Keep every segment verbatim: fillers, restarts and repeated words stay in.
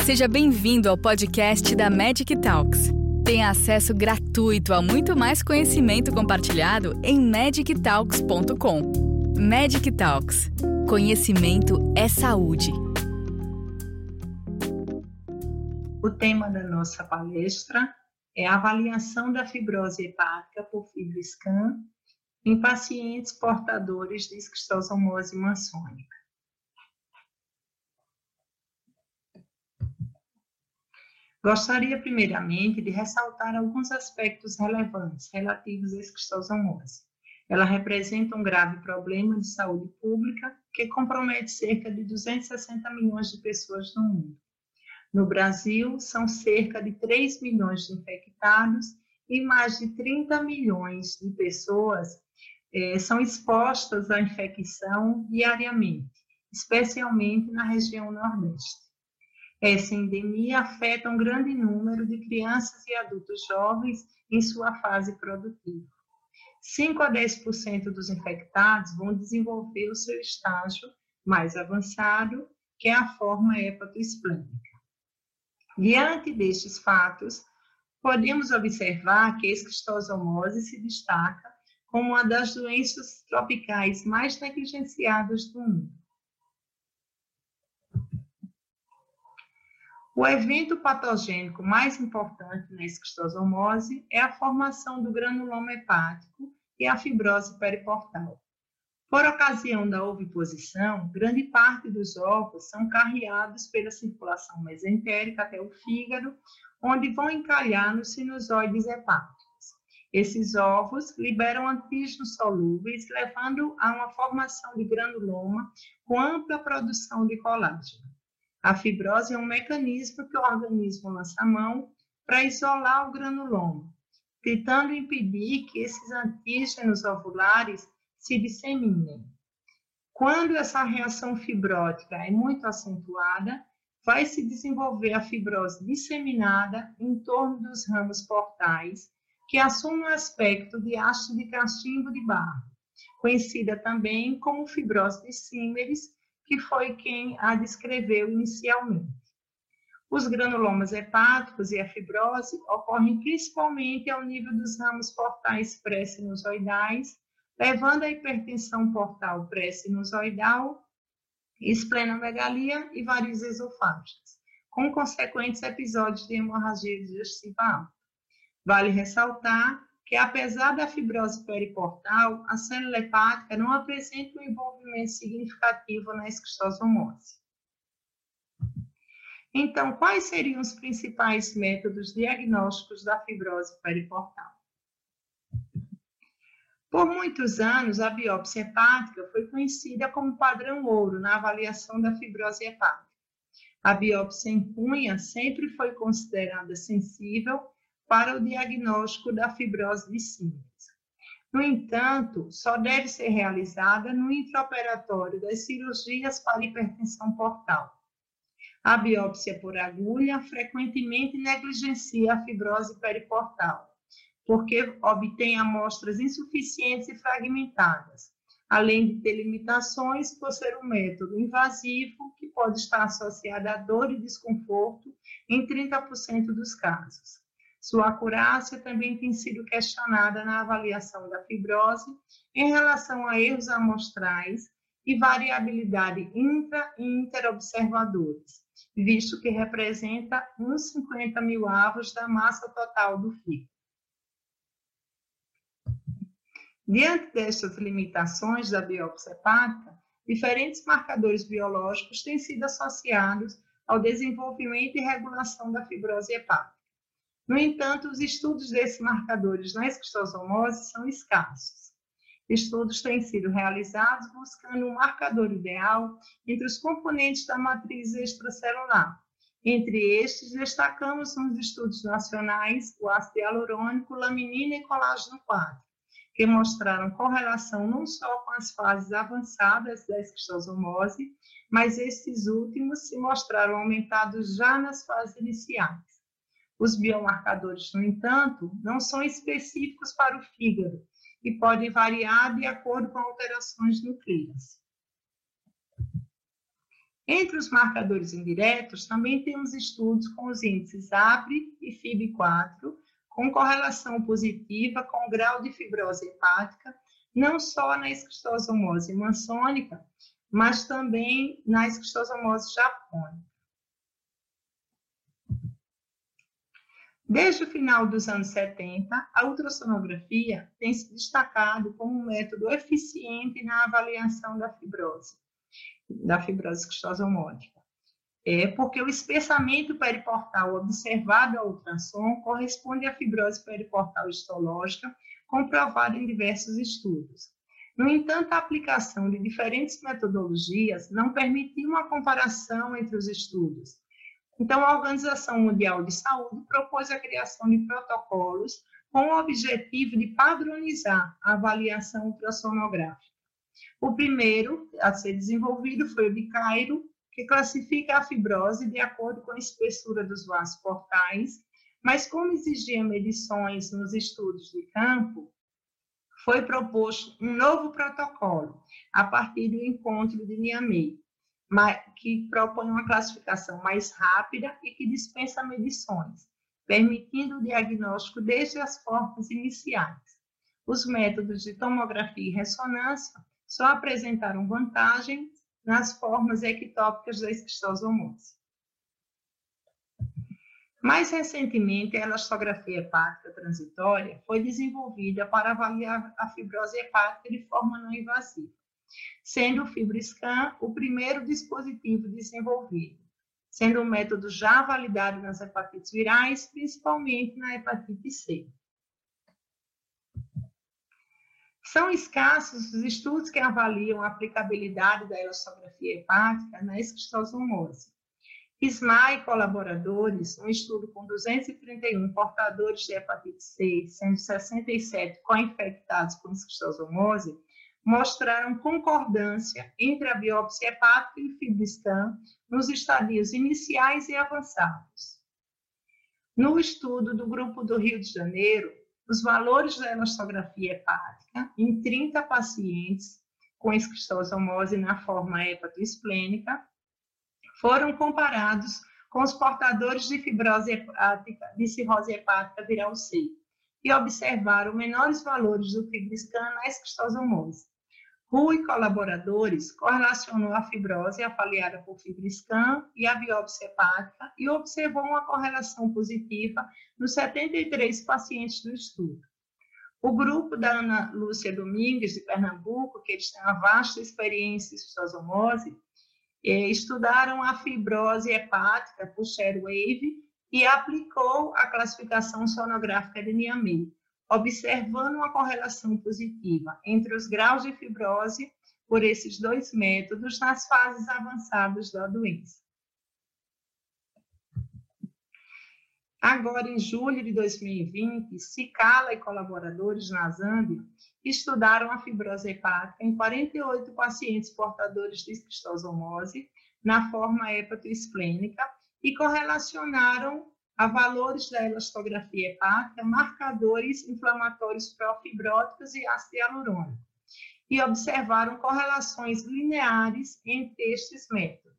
Seja bem-vindo ao podcast da Magic Talks. Tenha acesso gratuito a muito mais conhecimento compartilhado em magic talks ponto com. Magic Talks. Conhecimento é saúde. O tema da nossa palestra é a avaliação da fibrose hepática por FibroScan em pacientes portadores de esquistossomose maçônica. Gostaria, primeiramente, de ressaltar alguns aspectos relevantes relativos à esquistossomose. Ela representa um grave problema de saúde pública que compromete cerca de duzentos e sessenta milhões de pessoas no mundo. No Brasil, são cerca de três milhões de infectados e mais de trinta milhões de pessoas eh, são expostas à infecção diariamente, especialmente na região Nordeste. Essa endemia afeta um grande número de crianças e adultos jovens em sua fase produtiva. cinco a dez por cento dos infectados vão desenvolver o seu estágio mais avançado, que é a forma hepatoesplênica. Diante destes fatos, podemos observar que a esquistossomose se destaca como uma das doenças tropicais mais negligenciadas do mundo. O evento patogênico mais importante na esquistossomose é a formação do granuloma hepático e a fibrose periportal. Por ocasião da oviposição, grande parte dos ovos são carreados pela circulação mesentérica até o fígado, onde vão encalhar nos sinusoides hepáticos. Esses ovos liberam antígenos solúveis, levando a uma formação de granuloma com ampla produção de colágeno. A fibrose é um mecanismo que o organismo lança a mão para isolar o granuloma, tentando impedir que esses antígenos ovulares se disseminem. Quando essa reação fibrótica é muito acentuada, vai se desenvolver a fibrose disseminada em torno dos ramos portais, que assume o aspecto de haste de cachimbo de barro, conhecida também como fibrose de Siemens, que foi quem a descreveu inicialmente. Os granulomas hepáticos e a fibrose ocorrem principalmente ao nível dos ramos portais pré-sinusoidais, levando à hipertensão portal pré-sinusoidal, esplenomegalia e varizes esofágicas, com consequentes episódios de hemorragia digestiva alta. Vale ressaltar que, apesar da fibrose periportal, a célula hepática não apresenta um envolvimento significativo na esquistossomose. Então, quais seriam os principais métodos diagnósticos da fibrose periportal? Por muitos anos, a biópsia hepática foi conhecida como padrão ouro na avaliação da fibrose hepática. A biópsia em cunha sempre foi considerada sensível para o diagnóstico da fibrose de Siemens. No entanto, só deve ser realizada no intraoperatório das cirurgias para hipertensão portal. A biópsia por agulha frequentemente negligencia a fibrose periportal, porque obtém amostras insuficientes e fragmentadas, além de ter limitações por ser um método invasivo que pode estar associado a dor e desconforto em trinta por cento dos casos. Sua acurácia também tem sido questionada na avaliação da fibrose em relação a erros amostrais e variabilidade intra e interobservadores, visto que representa uns cinquenta mil avos da massa total do fígado. Diante destas limitações da biópsia hepática, diferentes marcadores biológicos têm sido associados ao desenvolvimento e regulação da fibrose hepática. No entanto, os estudos desses marcadores na esquistossomose são escassos. Estudos têm sido realizados buscando um marcador ideal entre os componentes da matriz extracelular. Entre estes, destacamos nos estudos nacionais o ácido hialurônico, laminina e colágeno quatro, que mostraram correlação não só com as fases avançadas da esquistossomose, mas estes últimos se mostraram aumentados já nas fases iniciais. Os biomarcadores, no entanto, não são específicos para o fígado e podem variar de acordo com alterações nucleares. Entre os marcadores indiretos, também temos estudos com os índices A B R e F I B quatro, com correlação positiva com o grau de fibrose hepática, não só na esquistosomose maçônica, mas também na esquistosomose japônica. Desde o final dos anos setenta, a ultrassonografia tem se destacado como um método eficiente na avaliação da fibrose, da fibrose esquistosomótica. É porque o espessamento periportal observado ao ultrassom corresponde à fibrose periportal histológica, comprovada em diversos estudos. No entanto, a aplicação de diferentes metodologias não permitiu uma comparação entre os estudos. Então, a Organização Mundial de Saúde propôs a criação de protocolos com o objetivo de padronizar a avaliação ultrassonográfica. O primeiro a ser desenvolvido foi o de Cairo, que classifica a fibrose de acordo com a espessura dos vasos portais, mas como exigia medições nos estudos de campo, foi proposto um novo protocolo, a partir do encontro de Niamey, que propõe uma classificação mais rápida e que dispensa medições, permitindo o diagnóstico desde as formas iniciais. Os métodos de tomografia e ressonância só apresentaram vantagem nas formas ectópicas da esquistosomose. Mais recentemente, a elastografia hepática transitória foi desenvolvida para avaliar a fibrose hepática de forma não invasiva, sendo o FibroScan o primeiro dispositivo desenvolvido, sendo um método já validado nas hepatites virais, principalmente na hepatite C. São escassos os estudos que avaliam a aplicabilidade da elastografia hepática na esquistosomose. Isma e colaboradores, um estudo com duzentos e trinta e um portadores de hepatite C, sendo sessenta e sete co-infectados com esquistosomose, mostraram concordância entre a biópsia hepática e o FibroScan nos estadios iniciais e avançados. No estudo do grupo do Rio de Janeiro, os valores da elastografia hepática em trinta pacientes com esquistosomose na forma hepatoesplênica foram comparados com os portadores de fibrose hepática, de cirrose hepática viral C, e observaram menores valores do FibroScan na esquistosomose. Hu e colaboradores correlacionou a fibrose avaliada por FibroScan e a biópsia hepática e observou uma correlação positiva nos setenta e três pacientes do estudo. O grupo da Ana Lúcia Domingues, de Pernambuco, que eles têm uma vasta experiência em esquistosomose, estudaram a fibrose hepática por Sherwave e aplicou a classificação sonográfica de Niamey, observando uma correlação positiva entre os graus de fibrose por esses dois métodos nas fases avançadas da doença. Agora, em julho de dois mil e vinte, Cicala e colaboradores na Zâmbia estudaram a fibrose hepática em quarenta e oito pacientes portadores de esquistosomose na forma hepatoesplênica e correlacionaram a valores da elastografia hepática, marcadores inflamatórios profibróticos e ácido hialurônico, e observaram correlações lineares entre estes métodos.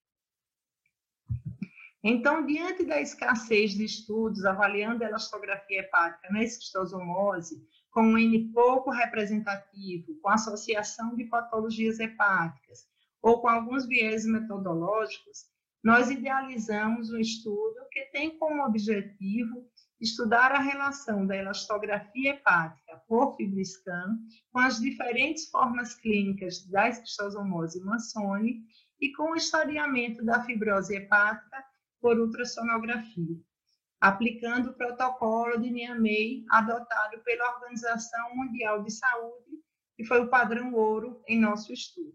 Então, diante da escassez de estudos avaliando a elastografia hepática na esquistosomose, com um N pouco representativo, com associação de patologias hepáticas ou com alguns viés metodológicos, nós idealizamos um estudo que tem como objetivo estudar a relação da elastografia hepática por FibroScan com as diferentes formas clínicas da esquistosomose Manzoni e com o estadiamento da fibrose hepática por ultrassonografia, aplicando o protocolo de Niamey adotado pela Organização Mundial de Saúde, que foi o padrão ouro em nosso estudo.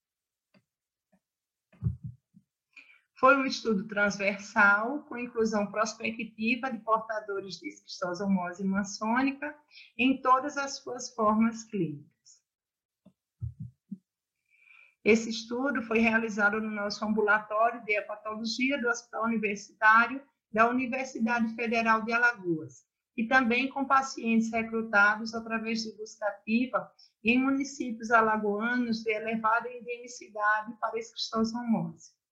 Foi um estudo transversal, com inclusão prospectiva de portadores de esquistosomose maçônica em todas as suas formas clínicas. Esse estudo foi realizado no nosso ambulatório de hepatologia do Hospital Universitário da Universidade Federal de Alagoas, e também com pacientes recrutados através de busca ativa em municípios alagoanos de elevada endemicidade para esquistosomose.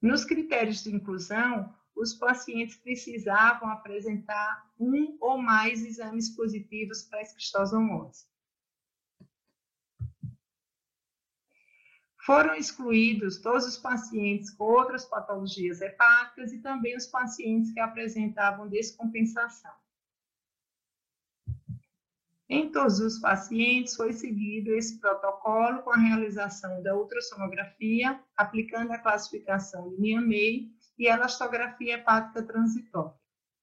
Nos critérios de inclusão, os pacientes precisavam apresentar um ou mais exames positivos para a esquistossomose. Foram excluídos todos os pacientes com outras patologias hepáticas e também os pacientes que apresentavam descompensação. Em todos os pacientes foi seguido esse protocolo com a realização da ultrassonografia, aplicando a classificação de Niamey e elastografia hepática transitória.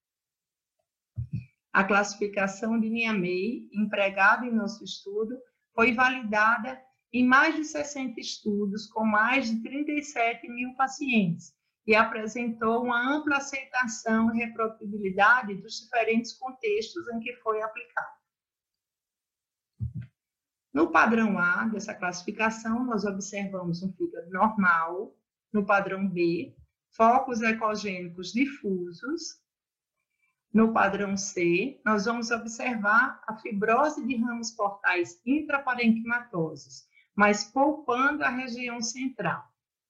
A classificação de Niamey, empregada em nosso estudo, foi validada em mais de sessenta estudos com mais de trinta e sete mil pacientes e apresentou uma ampla aceitação e reprodutibilidade dos diferentes contextos em que foi aplicado. No padrão A dessa classificação, nós observamos um fígado normal. No padrão B, focos ecogênicos difusos. No padrão C, nós vamos observar a fibrose de ramos portais intraparenquimatosos, mas poupando a região central.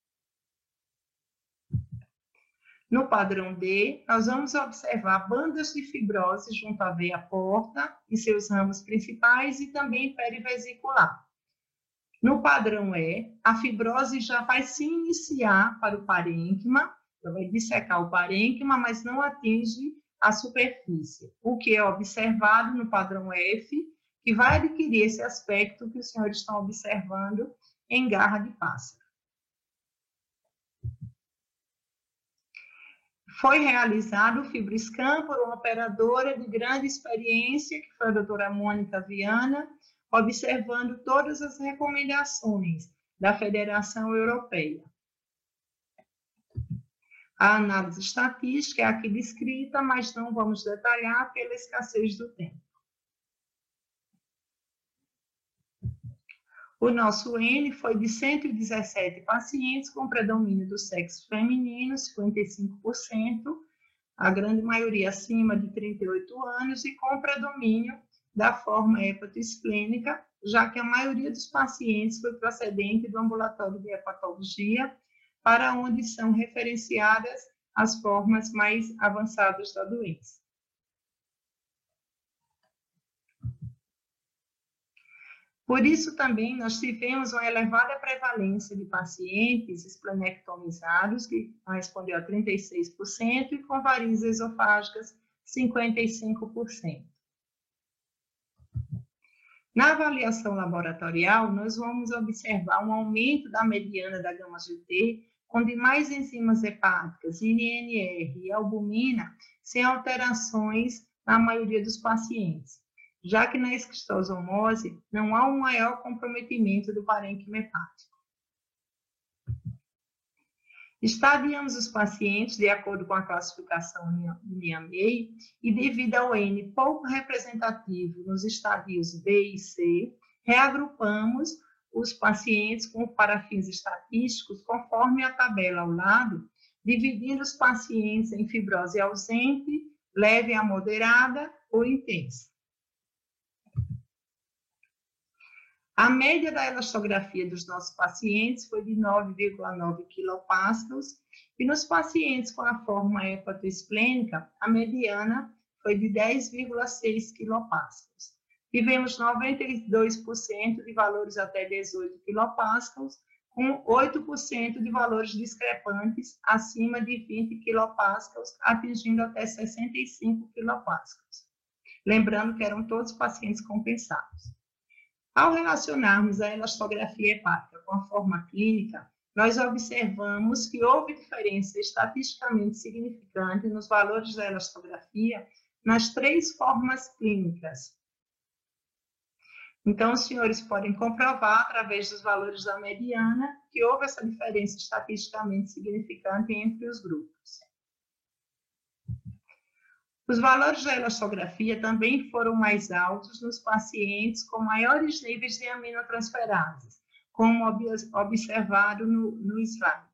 No padrão D, nós vamos observar bandas de fibrose junto à veia porta e seus ramos principais e também perivesicular. No padrão E, a fibrose já vai se iniciar para o parênquima, vai dissecar o parênquima, mas não atinge a superfície, o que é observado no padrão F, que vai adquirir esse aspecto que os senhores estão observando em garra de pássaro. Foi realizado o FibroScan por uma operadora de grande experiência, que foi a doutora Mônica Viana, observando todas as recomendações da Federação Europeia. A análise estatística é aqui descrita, mas não vamos detalhar pela escassez do tempo. O nosso N foi de cento e dezessete pacientes com predomínio do sexo feminino, cinquenta e cinco por cento, a grande maioria acima de trinta e oito anos e com predomínio da forma hepatoesplênica, já que a maioria dos pacientes foi procedente do ambulatório de hepatologia, para onde são referenciadas as formas mais avançadas da doença. Por isso, também, nós tivemos uma elevada prevalência de pacientes esplenectomizados, que correspondeu a trinta e seis por cento, e com varizes esofágicas, cinquenta e cinco por cento. Na avaliação laboratorial, nós vamos observar um aumento da mediana da gama-G T, com demais enzimas hepáticas, I N R e albumina, sem alterações na maioria dos pacientes, já que na esquistossomose não há um maior comprometimento do parênquima hepático. Estadiamos os pacientes de acordo com a classificação Niamey e devido ao N pouco representativo nos estadios B e C, reagrupamos os pacientes com para fins estatísticos conforme a tabela ao lado, dividindo os pacientes em fibrose ausente, leve a moderada ou intensa. A média da elastografia dos nossos pacientes foi de nove vírgula nove quilopascals e nos pacientes com a forma hepatoesplênica, a mediana foi de dez vírgula seis quilopascals. Tivemos noventa e dois por cento de valores até dezoito quilopascals, com oito por cento de valores discrepantes acima de vinte quilopascals, atingindo até sessenta e cinco quilopascals. Lembrando que eram todos pacientes compensados. Ao relacionarmos a elastografia hepática com a forma clínica, nós observamos que houve diferença estatisticamente significante nos valores da elastografia nas três formas clínicas. Então, os senhores podem comprovar, através dos valores da mediana, que houve essa diferença estatisticamente significante entre os grupos. Os valores da elastografia também foram mais altos nos pacientes com maiores níveis de aminotransferases, como observado no, no slide.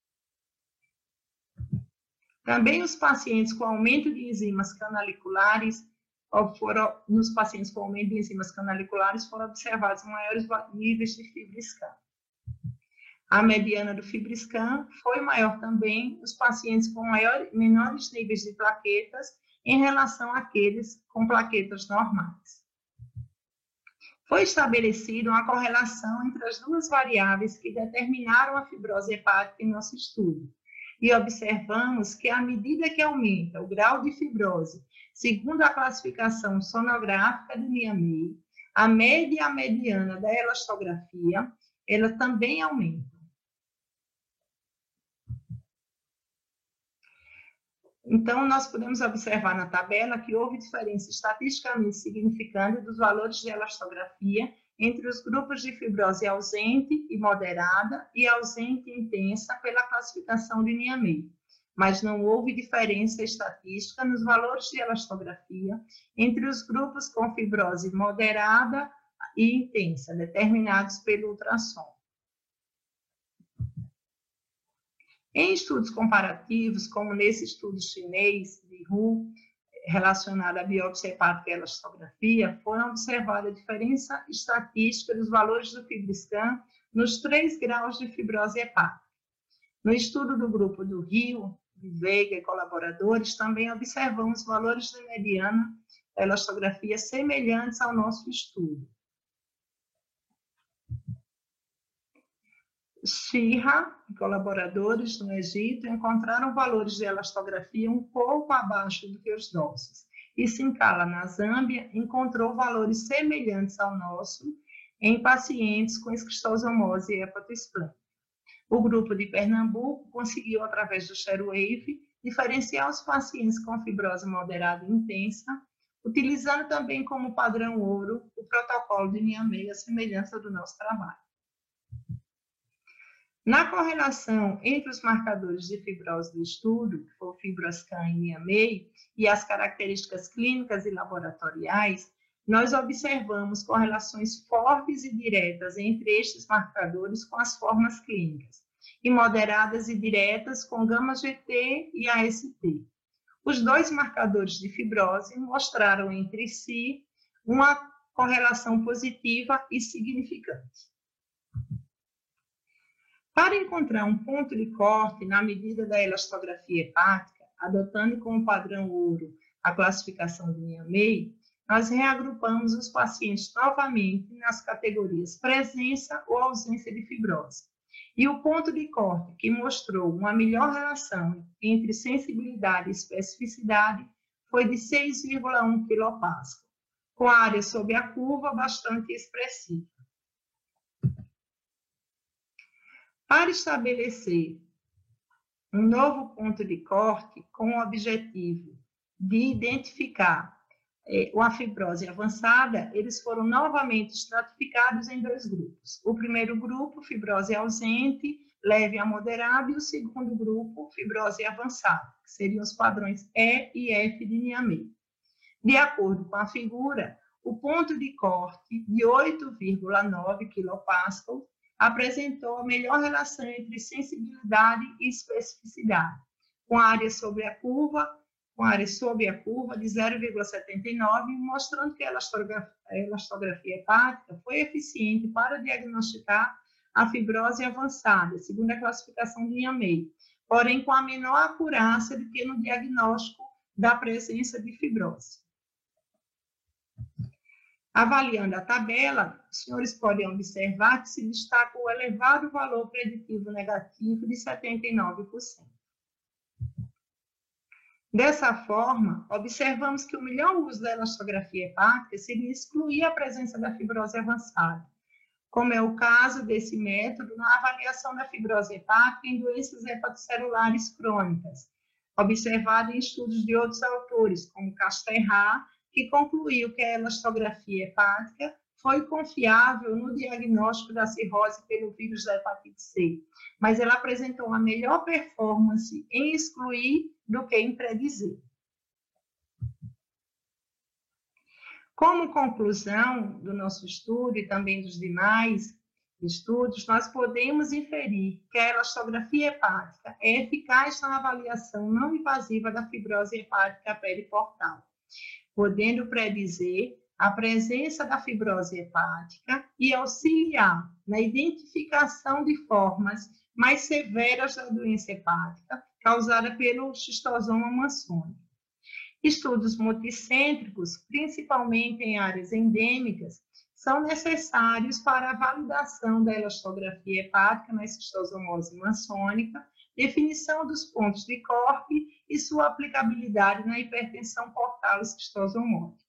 Também os pacientes com aumento de enzimas canaliculares, foram, nos pacientes com aumento de enzimas canaliculares foram observados maiores níveis de FibroScan. A mediana do FibroScan foi maior também nos pacientes com maior, menores níveis de plaquetas em relação àqueles com plaquetas normais. Foi estabelecida uma correlação entre as duas variáveis que determinaram a fibrose hepática em nosso estudo. E observamos que, à medida que aumenta o grau de fibrose, segundo a classificação sonográfica do NIA-M E I, a média e a mediana da elastografia, ela também aumenta. Então, nós podemos observar na tabela que houve diferença estatisticamente significante dos valores de elastografia entre os grupos de fibrose ausente e moderada e ausente e intensa pela classificação de NIA-M E I, mas não houve diferença estatística nos valores de elastografia entre os grupos com fibrose moderada e intensa, determinados pelo ultrassom. Em estudos comparativos, como nesse estudo chinês de Hu, relacionado à biópsia hepática e elastografia, foram observada a diferença estatística dos valores do FibroScan nos três graus de fibrose hepática. No estudo do grupo do Rio, de Veiga e colaboradores, também observamos valores de mediana da elastografia semelhantes ao nosso estudo. Shira e colaboradores no Egito encontraram valores de elastografia um pouco abaixo do que os nossos. E Sinkala, na Zâmbia, encontrou valores semelhantes ao nosso em pacientes com esquistosomose e hepatoesplênica. O grupo de Pernambuco conseguiu, através do Sharewave, diferenciar os pacientes com fibrose moderada e intensa, utilizando também como padrão ouro o protocolo de NIA-M E I, a semelhança do nosso trabalho. Na correlação entre os marcadores de fibrose do estudo, que foi o FibroScan e NIA-M E I, e as características clínicas e laboratoriais, nós observamos correlações fortes e diretas entre estes marcadores com as formas clínicas, e moderadas e diretas com gama-G T e A S T. Os dois marcadores de fibrose mostraram entre si uma correlação positiva e significante. Para encontrar um ponto de corte na medida da elastografia hepática, adotando como padrão ouro a classificação do NIA-M E I, nós reagrupamos os pacientes novamente nas categorias presença ou ausência de fibrose. E o ponto de corte que mostrou uma melhor relação entre sensibilidade e especificidade foi de seis vírgula um quilopascal, com a área sob a curva bastante expressiva. Para estabelecer um novo ponto de corte com o objetivo de identificar eh, a fibrose avançada, eles foram novamente estratificados em dois grupos. O primeiro grupo, fibrose ausente, leve a moderada, e o segundo grupo, fibrose avançada, que seriam os padrões E e F de NIA-M E I. De acordo com a figura, o ponto de corte de oito vírgula nove quilopascal apresentou a melhor relação entre sensibilidade e especificidade, com a área sobre a curva, com a área sob a curva de zero vírgula setenta e nove, mostrando que a elastografia, a elastografia hepática foi eficiente para diagnosticar a fibrose avançada, segundo a classificação do NIA-M E I, porém com a menor acurácia do que no diagnóstico da presença de fibrose. Avaliando a tabela, os senhores podem observar que se destaca o elevado valor preditivo negativo de setenta e nove por cento. Dessa forma, observamos que o melhor uso da elastografia hepática seria excluir a presença da fibrose avançada, como é o caso desse método na avaliação da fibrose hepática em doenças hepatocelulares crônicas, observado em estudos de outros autores, como Casterra, que concluiu que a elastografia hepática foi confiável no diagnóstico da cirrose pelo vírus da hepatite C, mas ela apresentou uma melhor performance em excluir do que em predizer. Como conclusão do nosso estudo e também dos demais estudos, nós podemos inferir que a elastografia hepática é eficaz na avaliação não invasiva da fibrose hepática periportal, podendo predizer a presença da fibrose hepática e auxiliar na identificação de formas mais severas da doença hepática causada pelo xistosoma maçônico. Estudos multicêntricos, principalmente em áreas endêmicas, são necessários para a validação da elastografia hepática na esquistosomose maçônica, definição dos pontos de Corp e sua aplicabilidade na hipertensão portal esquistosomótica.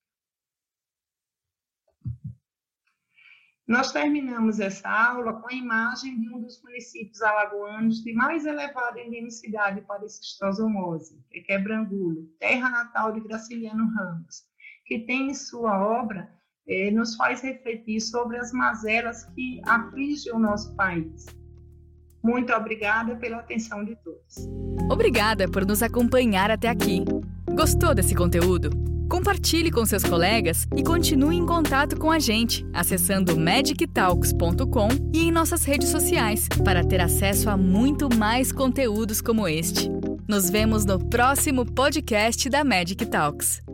Nós terminamos essa aula com a imagem de um dos municípios alagoanos de mais elevada endemicidade para esquistosomose, que é Quebrangulo, terra natal de Graciliano Ramos, que tem em sua obra, eh, nos faz refletir sobre as mazelas que afligem o nosso país. Muito obrigada pela atenção de todos. Obrigada por nos acompanhar até aqui. Gostou desse conteúdo? Compartilhe com seus colegas e continue em contato com a gente, acessando medic talks ponto com e em nossas redes sociais, para ter acesso a muito mais conteúdos como este. Nos vemos no próximo podcast da Medic Talks.